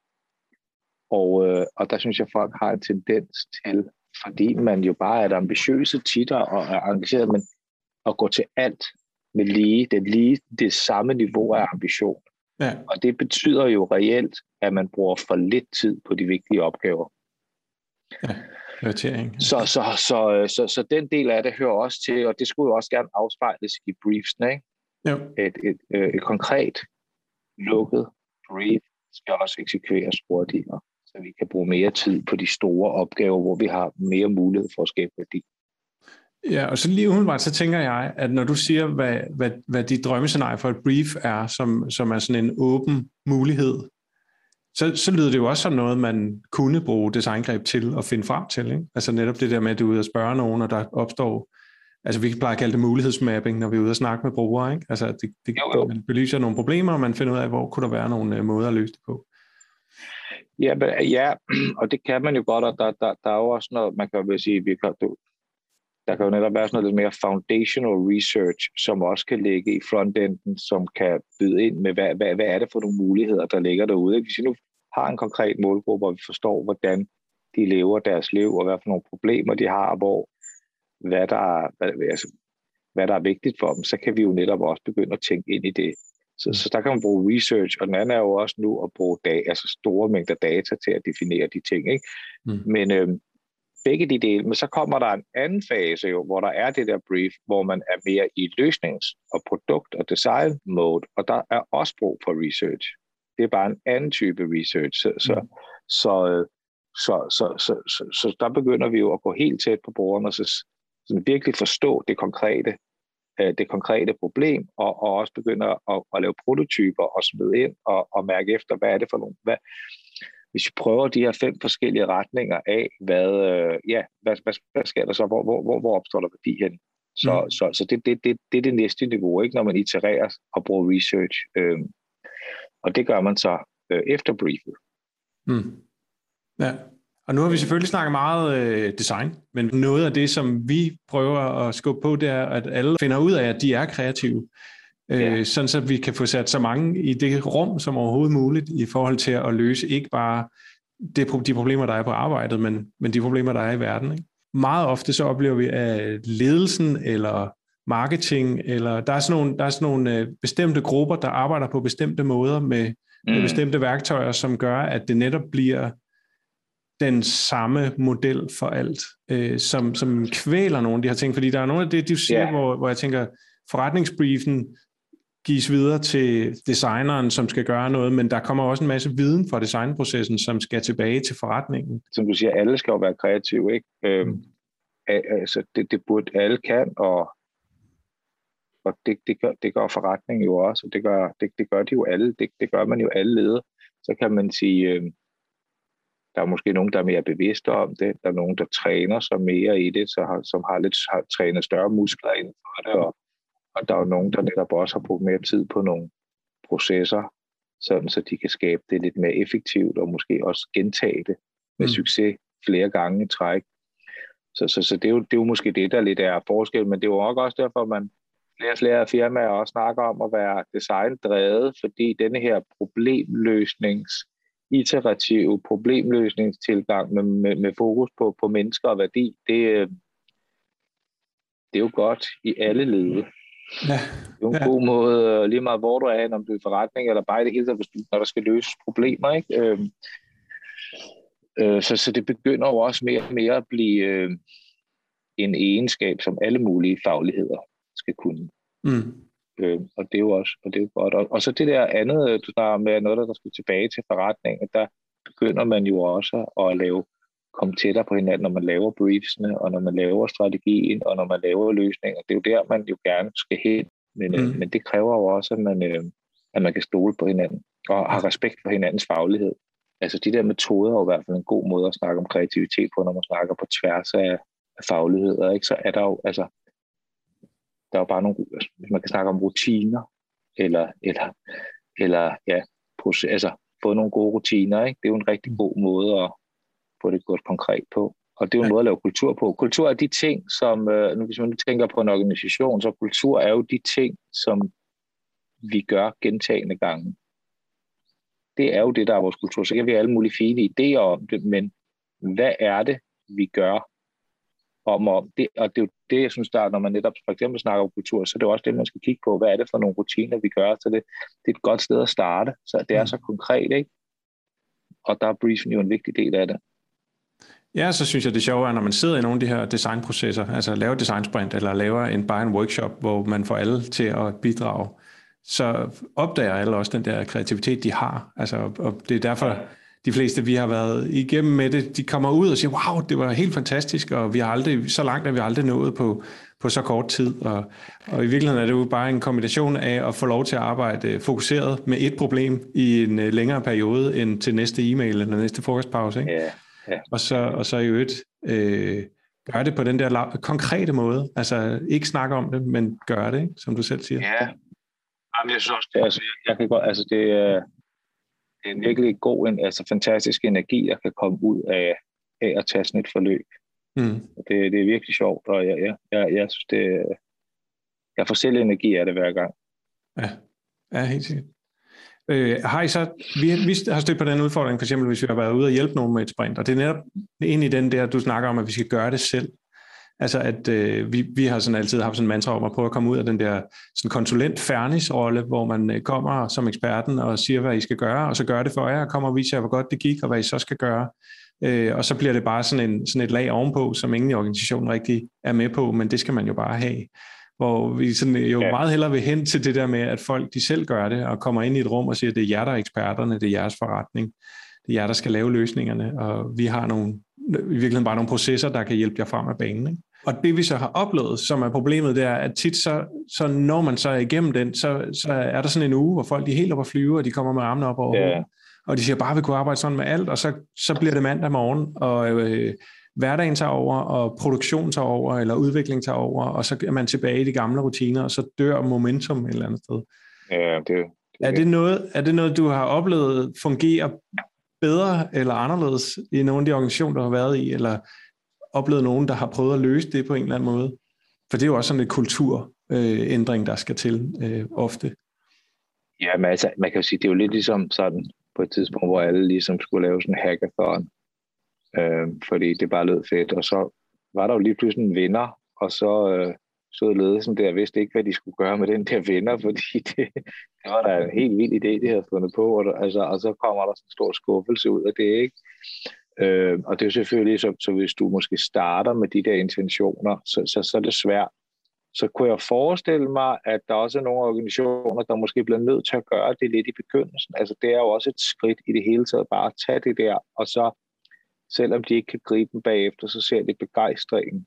Og der synes jeg, at folk har en tendens til, fordi man jo bare er ambitiøse titter og er engageret, men at gå til alt med det samme niveau af ambition. Ja. Og det betyder jo reelt, at man bruger for lidt tid på de vigtige opgaver. Ja, prioritering. Så den del af det hører også til, og det skulle jo også gerne afspejles i briefsene, ikke? Jo. Et konkret lukket brief skal også eksekveres hurtigere, så vi kan bruge mere tid på de store opgaver, hvor vi har mere mulighed for at skabe værdi. Ja, og så lige umiddelbart, så tænker jeg, at når du siger, hvad dit drømmescenarie for et brief er, som er sådan en åben mulighed, så lyder det jo også som noget, man kunne bruge designgreb til at finde frem til. Ikke? Altså netop det der med, at du er ude og spørge nogen, og der opstår, altså vi kan bare kalde det mulighedsmapping, når vi er ude og snakke med brugere. Ikke? Altså man belyser nogle problemer, og man finder ud af, hvor kunne der være nogle måder at løse det på. Ja, og det kan man jo godt, og der er jo også noget, man kan jo sige, der kan jo netop være sådan noget lidt mere foundational research, som også kan ligge i frontenden, som kan byde ind med, hvad er det for nogle muligheder, der ligger derude. Hvis vi nu har en konkret målgruppe, og vi forstår, hvordan de lever deres liv, og hvad for nogle problemer de har, og hvad der er vigtigt for dem, så kan vi jo netop også begynde at tænke ind i det. Så der kan man bruge research, og den anden er jo også nu at bruge store mængder data til at definere de ting. Ikke? Men begge de dele, men så kommer der en anden fase, jo, hvor der er det der brief, hvor man er mere i løsnings- og produkt- og design-mode, og der er også brug for research. Det er bare en anden type research. Så der begynder vi jo at gå helt tæt på brugeren og så virkelig forstå det konkrete problem, og også begynder at lave prototyper og smide ind og mærke efter, hvad er det for nogle... Hvis vi prøver de her 5 forskellige retninger af, hvad sker der så? Hvor opstår der værdi hen? Så det er det næste niveau, ikke, når man itererer og bruger research. Og det gør man så efter briefet. Ja. Og nu har vi selvfølgelig snakket meget design, men noget af det, som vi prøver at skubbe på, det er, at alle finder ud af, at de er kreative. Sådan så vi kan få sat så mange i det rum som overhovedet muligt i forhold til at løse ikke bare de problemer, der er på arbejdet, men de problemer, der er i verden. Ikke? Meget ofte så oplever vi, at ledelsen eller marketing, eller der er sådan nogle bestemte grupper, der arbejder på bestemte måder med bestemte værktøjer, som gør, at det netop bliver den samme model for alt, som kvæler nogle af de her ting. Fordi der er nogle af det, du siger, hvor jeg tænker, forretningsbriefen gives videre til designeren, som skal gøre noget, men der kommer også en masse viden fra designprocessen, som skal tilbage til forretningen. Som du siger, alle skal jo være kreative, ikke? Altså, det burde alle kan, og det gør forretningen jo også, og det gør de jo alle, det gør man jo alle leder. Så kan man sige, der er måske nogen, der er mere bevidste om det, der er nogen, der træner sig mere i det, som har trænet større muskler inden for det, og der er jo nogen, der netop også har brugt mere tid på nogle processer, sådan så de kan skabe det lidt mere effektivt, og måske også gentage det med succes flere gange i træk. Så det er jo måske det, der lidt er forskel, men det er jo også derfor, man flere firmaer også snakker om at være designdrevet, fordi denne her iterative problemløsningstilgang med fokus på mennesker og værdi, det er jo godt i alle led. Ja. Det er jo en god måde, lige meget hvor du er, om du er i forretning, eller bare i det hele taget, når der skal løses problemer. Ikke? Så det begynder jo også mere og mere at blive en egenskab, som alle mulige fagligheder skal kunne. Og det er jo godt. Og så det der andet, du snakker med, noget, der skal tilbage til forretningen, der begynder man jo også at komme tættere på hinanden, når man laver briefsene, og når man laver strategien, og når man laver løsninger. Det er jo der, man jo gerne skal hen. Men det kræver jo også, at man kan stole på hinanden, og have respekt for hinandens faglighed. Altså de der metoder er jo i hvert fald en god måde at snakke om kreativitet på, når man snakker på tværs af fagligheder. Ikke? Så er der jo, altså, der er jo bare nogle, man kan snakke om rutiner, altså få nogle gode rutiner. Ikke? Det er jo en rigtig god måde at få det godt konkret på. Og det er jo en måde at lave kultur på. Kultur er de ting, som, hvis man tænker på en organisation, så kultur er jo de ting, som vi gør gentagne gange. Det er jo det, der er vores kultur. Så kan vi have alle mulige fine idéer om det, men hvad er det, vi gør om det? Og det er jo det, jeg synes, der er, når man netop for eksempel snakker om kultur, så det er også det, man skal kigge på. Hvad er det for nogle rutiner, vi gør? Så det er et godt sted at starte. Så det er så konkret, ikke? Og der er briefen jo en vigtig del af det. Ja, så synes jeg, det er sjovt, at når man sidder i nogle af de her designprocesser, altså laver designsprint, eller laver bare en workshop, hvor man får alle til at bidrage, så opdager alle også den der kreativitet, de har. Altså, og det er derfor, de fleste, vi har været igennem med det, de kommer ud og siger, wow, det var helt fantastisk, og vi har aldrig, så langt er vi aldrig nået på så kort tid. Og i virkeligheden er det jo bare en kombination af at få lov til at arbejde fokuseret med et problem i en længere periode end til næste e-mail eller næste frokostpause. Ikke? Ja, ja. Og så i øvrigt gøre det på den der konkrete måde. Altså ikke snakke om det, men gøre det, ikke? Som du selv siger. Ja, jamen, jeg synes også, det, altså, jeg kan godt, altså det er en virkelig god, altså fantastisk energi, der kan komme ud af at tage sådan et forløb. Det er virkelig sjovt, og jeg synes, jeg får selv energi af det hver gang. Ja, helt sikkert. Har I så, vi har stødt på den udfordring, for eksempel hvis vi har været ude og hjælpe nogen med et sprint, og det er netop ind i den der, du snakker om, at vi skal gøre det selv. Altså at vi har sådan altid haft sådan en mantra om at prøve at komme ud af den der sådan konsulent-fernis-rolle, hvor man kommer som eksperten og siger, hvad I skal gøre, og så gør det for jer, og kommer og viser jer, hvor godt det gik, og hvad I så skal gøre. Og så bliver det bare sådan et lag ovenpå, som ingen i organisationen rigtig er med på, men det skal man jo bare have. Hvor vi sådan jo meget hellere vil hen til det der med, at folk de selv gør det, og kommer ind i et rum og siger, at det er jer, der er eksperterne, det er jeres forretning, det er jer, der skal lave løsningerne, og vi har i virkeligheden bare nogle processer, der kan hjælpe jer frem af banen. Ikke? Og det vi så har oplevet, som er problemet, det er, at tit så når man så er igennem den, så er der sådan en uge, hvor folk de er helt op at flyve, og de kommer med armene op over hovedet, og de siger bare, at vi kunne arbejde sådan med alt, og så bliver det mandag morgen, og hverdagen tager over, og produktion tager over, eller udvikling tager over, og så er man tilbage i de gamle rutiner, og så dør momentum et eller andet sted. Ja, Er det noget, du har oplevet fungerer bedre eller anderledes i nogle af de organisationer, du har været i, eller oplevet nogen, der har prøvet at løse det på en eller anden måde? For det er jo også sådan en kulturændring, der skal til ofte. Ja, men altså, man kan jo sige, det er jo lidt ligesom sådan på et tidspunkt, hvor alle ligesom skulle lave sådan en hackathon, fordi det bare lød fedt, og så var der jo lige pludselig en vinder, og så stod ledelsen der og vidste ikke, hvad de skulle gøre med den der vinder, fordi det var da en helt vild idé, de havde fundet på, og så kommer der sådan en stor skuffelse ud af det, ikke? Og det er jo selvfølgelig så hvis du måske starter med de der intentioner, så er det svært. Så kunne jeg forestille mig, at der også er nogle organisationer, der måske bliver nødt til at gøre det lidt i begyndelsen. Altså det er jo også et skridt i det hele taget, bare at tage det der, og så selvom de ikke kan gribe dem bagefter, så ser det begejstringen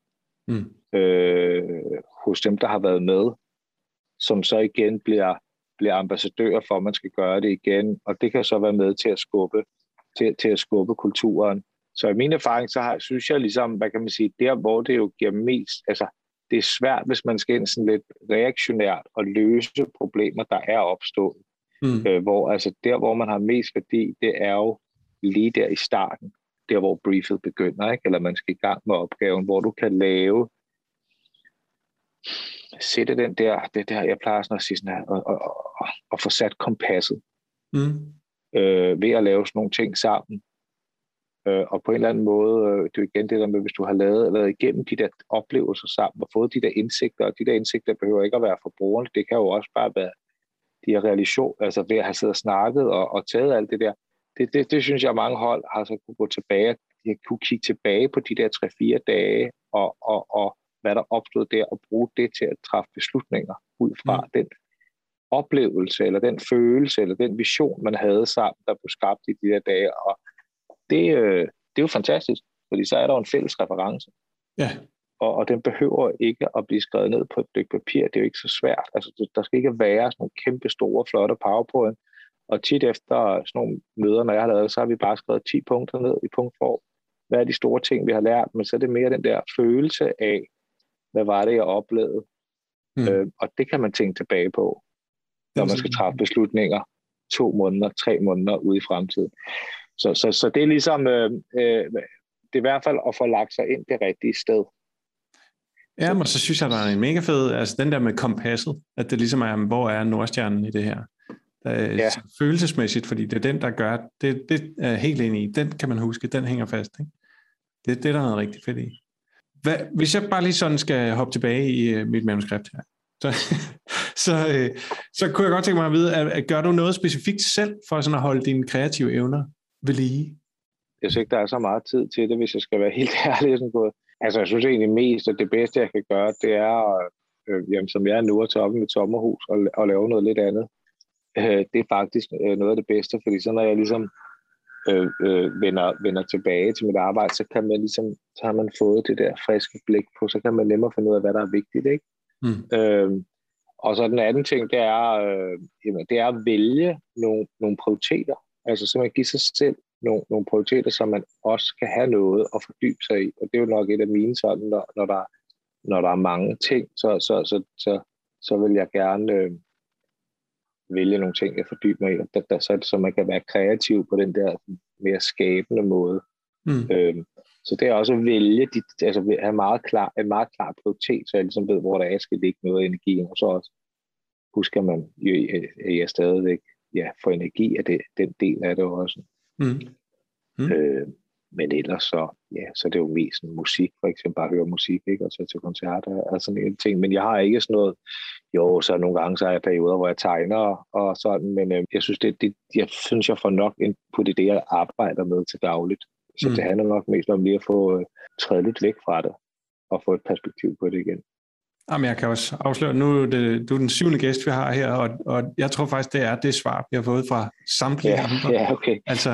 hos dem, der har været med, som så igen bliver ambassadører for, at man skal gøre det igen, og det kan så være med til at skubbe kulturen. Så i min erfaring, synes jeg ligesom, hvad kan man sige, der hvor det jo giver mest, altså det er svært, hvis man skal ind sådan lidt reaktionært og løse problemer, der er opstået. Hvor altså der, hvor man har mest værdi, det er jo lige der i starten, der hvor briefet begynder, ikke? Eller man skal i gang med opgaven, hvor du kan sætte det der, jeg plejer sådan at sige sådan her, og få sat kompasset. Ved at lave sådan nogle ting sammen. Og på en eller anden måde, det er jo igen det der med, hvis du har lavet igennem de der oplevelser sammen, og fået de der indsigter, og de der indsigter behøver ikke at være for brugerne, det kan jo også bare være de her realisation, altså ved at have siddet og snakket og taget alt det der. Det synes jeg, mange hold har så kunne gå tilbage, de har kunne kigge tilbage på de der 3-4 dage, og hvad der opstod der, og bruge det til at træffe beslutninger ud fra den oplevelse, eller den følelse, eller den vision, man havde sammen, der blev skabt i de der dage, og det er jo fantastisk, fordi så er der jo en fælles reference. Ja. Og den behøver ikke at blive skrevet ned på et stykke papir, det er jo ikke så svært. Altså, der skal ikke være sådan nogle kæmpe store, flotte PowerPoint, og tit efter sådan nogle møder, når jeg har lavet, så har vi bare skrevet 10 punkter ned i punktform. Hvad er de store ting, vi har lært? Men så er det mere den der følelse af, hvad var det, jeg oplevede? Og det kan man tænke tilbage på, når man skal træffe beslutninger 2 måneder, 3 måneder ude i fremtiden. Så det er ligesom, det er i hvert fald at få lagt sig ind det rigtige sted. Ja, men så synes jeg, der er en mega fed, altså den der med kompasset, at det ligesom er, hvor er Nordstjernen i det her? Følelsesmæssigt, fordi det er den, der gør, det er helt enig i, den kan man huske, den hænger fast. Ikke? Det er der noget rigtig fedt i. Hvis jeg bare lige sådan skal hoppe tilbage i mit manuskript her, så kunne jeg godt tænke mig at vide, at gør du noget specifikt selv for sådan at holde dine kreative evner ved lige? Jeg synes ikke, der er så meget tid til det, hvis jeg skal være helt ærlig. Altså, jeg synes egentlig mest, at det bedste, jeg kan gøre, det er, som jeg er nu, at tage op i mit sommerhus og lave noget lidt andet. Det er faktisk noget af det bedste, fordi så når jeg ligesom vender tilbage til mit arbejde, så kan man ligesom, så har man fået det der friske blik på, så kan man nemmere finde ud af, hvad der er vigtigt, ikke? Og så den anden ting, det er at vælge nogle prioriteter, altså så man giver sig selv nogle prioriteter, som man også kan have noget at fordybe sig i, og det er jo nok et af mine sådan, når der er mange ting, så vil jeg gerne vælge nogle ting, jeg fordyber mig i, så man kan være kreativ på den der mere skabende måde. Så det er også at vælge, altså have en meget klar prioritet, så jeg ligesom ved, hvor der skal ligge noget energi, og så også husker man jo, at jeg stadigvæk får energi af den del af det også. Men ellers så er det jo mest musik, for eksempel bare høre musik, ikke? Og så til koncerter og sådan en ting. Men jeg har ikke sådan noget, så nogle gange så er jeg perioder, hvor jeg tegner og sådan, men jeg synes, jeg får nok på det, jeg arbejder med til dagligt. Så det handler nok mest om lige at få trædet lidt væk fra det, og få et perspektiv på det igen. Jamen, jeg kan også afsløre, nu du er den 7. gæst, vi har her, og jeg tror faktisk, det er det svar, vi har fået fra samtlige andre. Ja, okay. Altså,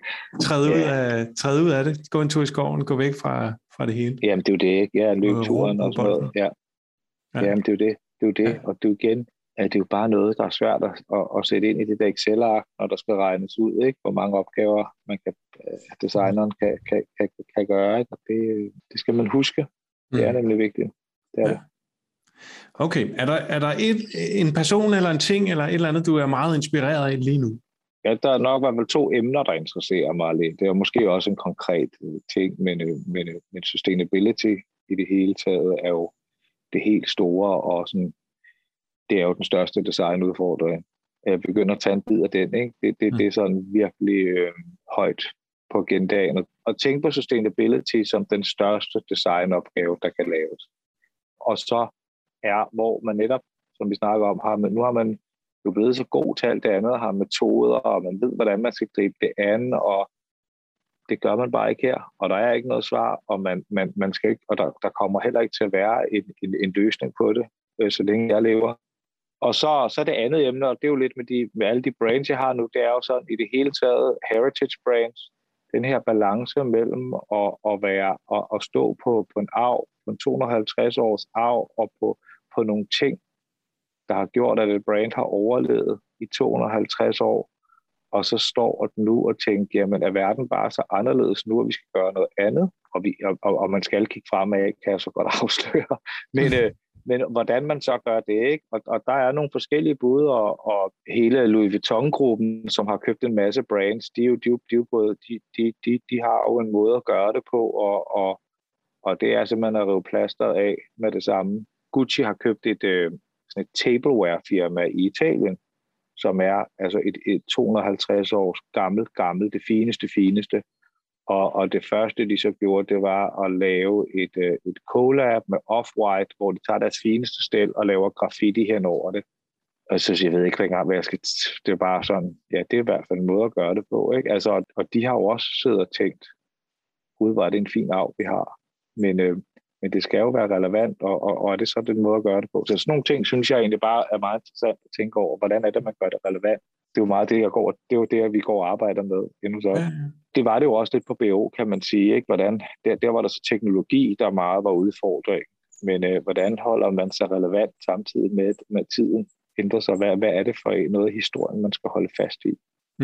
træde ud af det, gå en tur i skoven, gå væk fra det hele. Jamen, det er jo det, ikke? Ja, løbeturen og sådan noget. Ja. Jamen, det er jo det. Det er jo det, og det er igen, det er jo bare noget, der er svært at sætte ind i det der Excel-ark, når der skal regnes ud, ikke? Hvor mange opgaver designeren kan gøre, ikke? Og det skal man huske. Det er nemlig vigtigt. Det er det. Okay, er der en person eller en ting eller et eller andet, du er meget inspireret af lige nu? Ja, der er nok i hvert fald 2 emner, der interesserer mig lidt. Det er måske også en konkret ting, men sustainability i det hele taget er jo det helt store, og sådan, det er jo den største designudfordring. Jeg begynder at tage en bid af den, ikke? Det er sådan virkelig højt på agendaen. Og tænke på sustainability som den største designopgave, der kan laves. Og så hvor man netop, som vi snakker om, nu har man jo blevet så god til alt det andet, har metoder, og man ved, hvordan man skal gribe det an, og det gør man bare ikke her, og der er ikke noget svar, og man skal ikke, og der kommer heller ikke til at være en løsning på det, så længe jeg lever. Og så det andet emne, og det er jo lidt med alle de brands, jeg har nu, det er jo sådan i det hele taget heritage brands, den her balance mellem at stå på en arv, på en 250 års arv, og på nogle ting, der har gjort, at et brand har overlevet i 250 år, og så står den nu og tænker, jamen er verden bare så anderledes nu, at vi skal gøre noget andet, og man skal kigge fremad, kan jeg så godt afsløre, men hvordan man så gør det, ikke? Og der er nogle forskellige bud, og hele Louis Vuitton-gruppen, som har købt en masse brands, de har jo en måde at gøre det på, og det er simpelthen at rive plasteret af med det samme. Gucci har købt et tableware-firma i Italien, som er altså et 250 års gammelt, det fineste. Og det første, de så gjorde, det var at lave et collab med Off-White, hvor de tager deres fineste stel og laver graffiti hen over det. Og så jeg ved ikke engang, hvad jeg skal... Det er bare sådan, ja, det er i hvert fald en måde at gøre det på, ikke? Altså, og de har jo også siddet og tænkt, gud, var det en fin arv, vi har. Men det skal jo være relevant, og er det så den måde at gøre det på? Så sådan nogle ting, synes jeg egentlig bare er meget interessant at tænke over. Hvordan er det, man gør det relevant? Det er jo meget det, det er jo det, vi går og arbejder med endnu så. Ja. Det var det jo også lidt på BO, kan man sige, ikke? Hvordan, der var der så teknologi, der meget var udfordring. Men hvordan holder man sig relevant samtidig med tiden ændrer sig? Hvad er det for noget af historien, man skal holde fast i?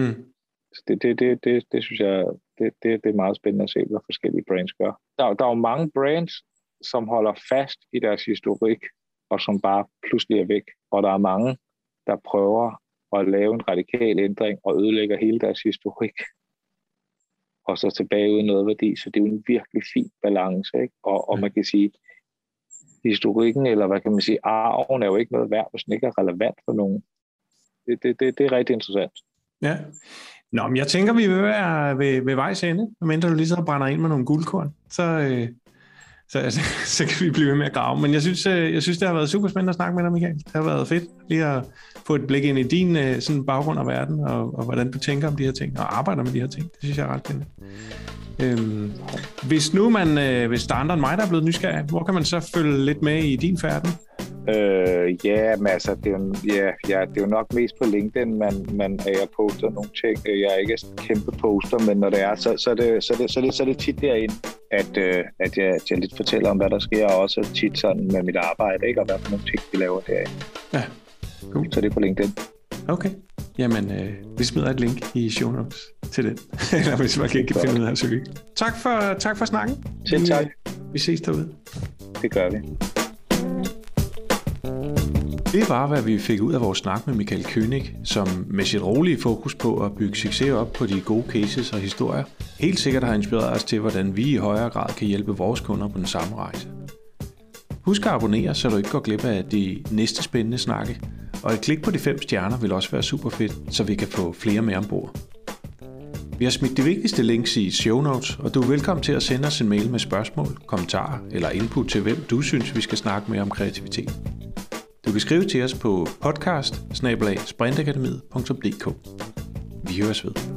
Det synes jeg, det er meget spændende at se, hvad forskellige brands gør. Der er jo mange brands, som holder fast i deres historik, og som bare pludselig er væk. Og der er mange, der prøver at lave en radikal ændring og ødelægger hele deres historik, og så tilbage uden noget værdi. Så det er jo en virkelig fin balance, ikke? Og man kan sige, historikken, eller hvad kan man sige, arven er jo ikke noget værd, hvis den ikke er relevant for nogen. Det er rigtig interessant. Ja. Nå, men jeg tænker, vi vil være ved vejs ende, medmindre du lige så brænder ind med nogle guldkorn, så kan vi blive ved med at grave. Men jeg synes, det har været super spændende at snakke med dig, Michael. Det har været fedt lige at få et blik ind i din sådan baggrund af verden, og hvordan du tænker om de her ting, og arbejder med de her ting. Det synes jeg er ret spændende. Hvis der er andre end mig, der er blevet nysgerrig, hvor kan man så følge lidt med i din færden? Men altså, det er jo nok mest på LinkedIn, at jeg poster nogle ting. Jeg er ikke en kæmpe poster, men når det er, så er det tit derinde, at jeg lidt fortæller om, hvad der sker, og også tit sådan med mit arbejde, ikke? Og hvad for nogle ting, vi laver derinde. Ja, cool. Så det er på LinkedIn. Okay. Jamen, vi smider et link i show notes til den. Eller hvis man ikke kan finde ud af at søge. Tak for snakken. Selv tak. Vi ses derude. Det gør vi. Det var, hvad vi fik ud af vores snak med Michael König, som med sit rolige fokus på at bygge succes op på de gode cases og historier, helt sikkert har inspireret os til, hvordan vi i højere grad kan hjælpe vores kunder på den samme rejse. Husk at abonnere, så du ikke går glip af de næste spændende snakke, og et klik på de 5 stjerner vil også være super fedt, så vi kan få flere med ombord. Vi har smidt de vigtigste links i show notes, og du er velkommen til at sende os en mail med spørgsmål, kommentarer eller input til, hvem du synes, vi skal snakke med om kreativitet. Du kan skrive til os på podcast@sprintakademiet.dk. Vi høres ved.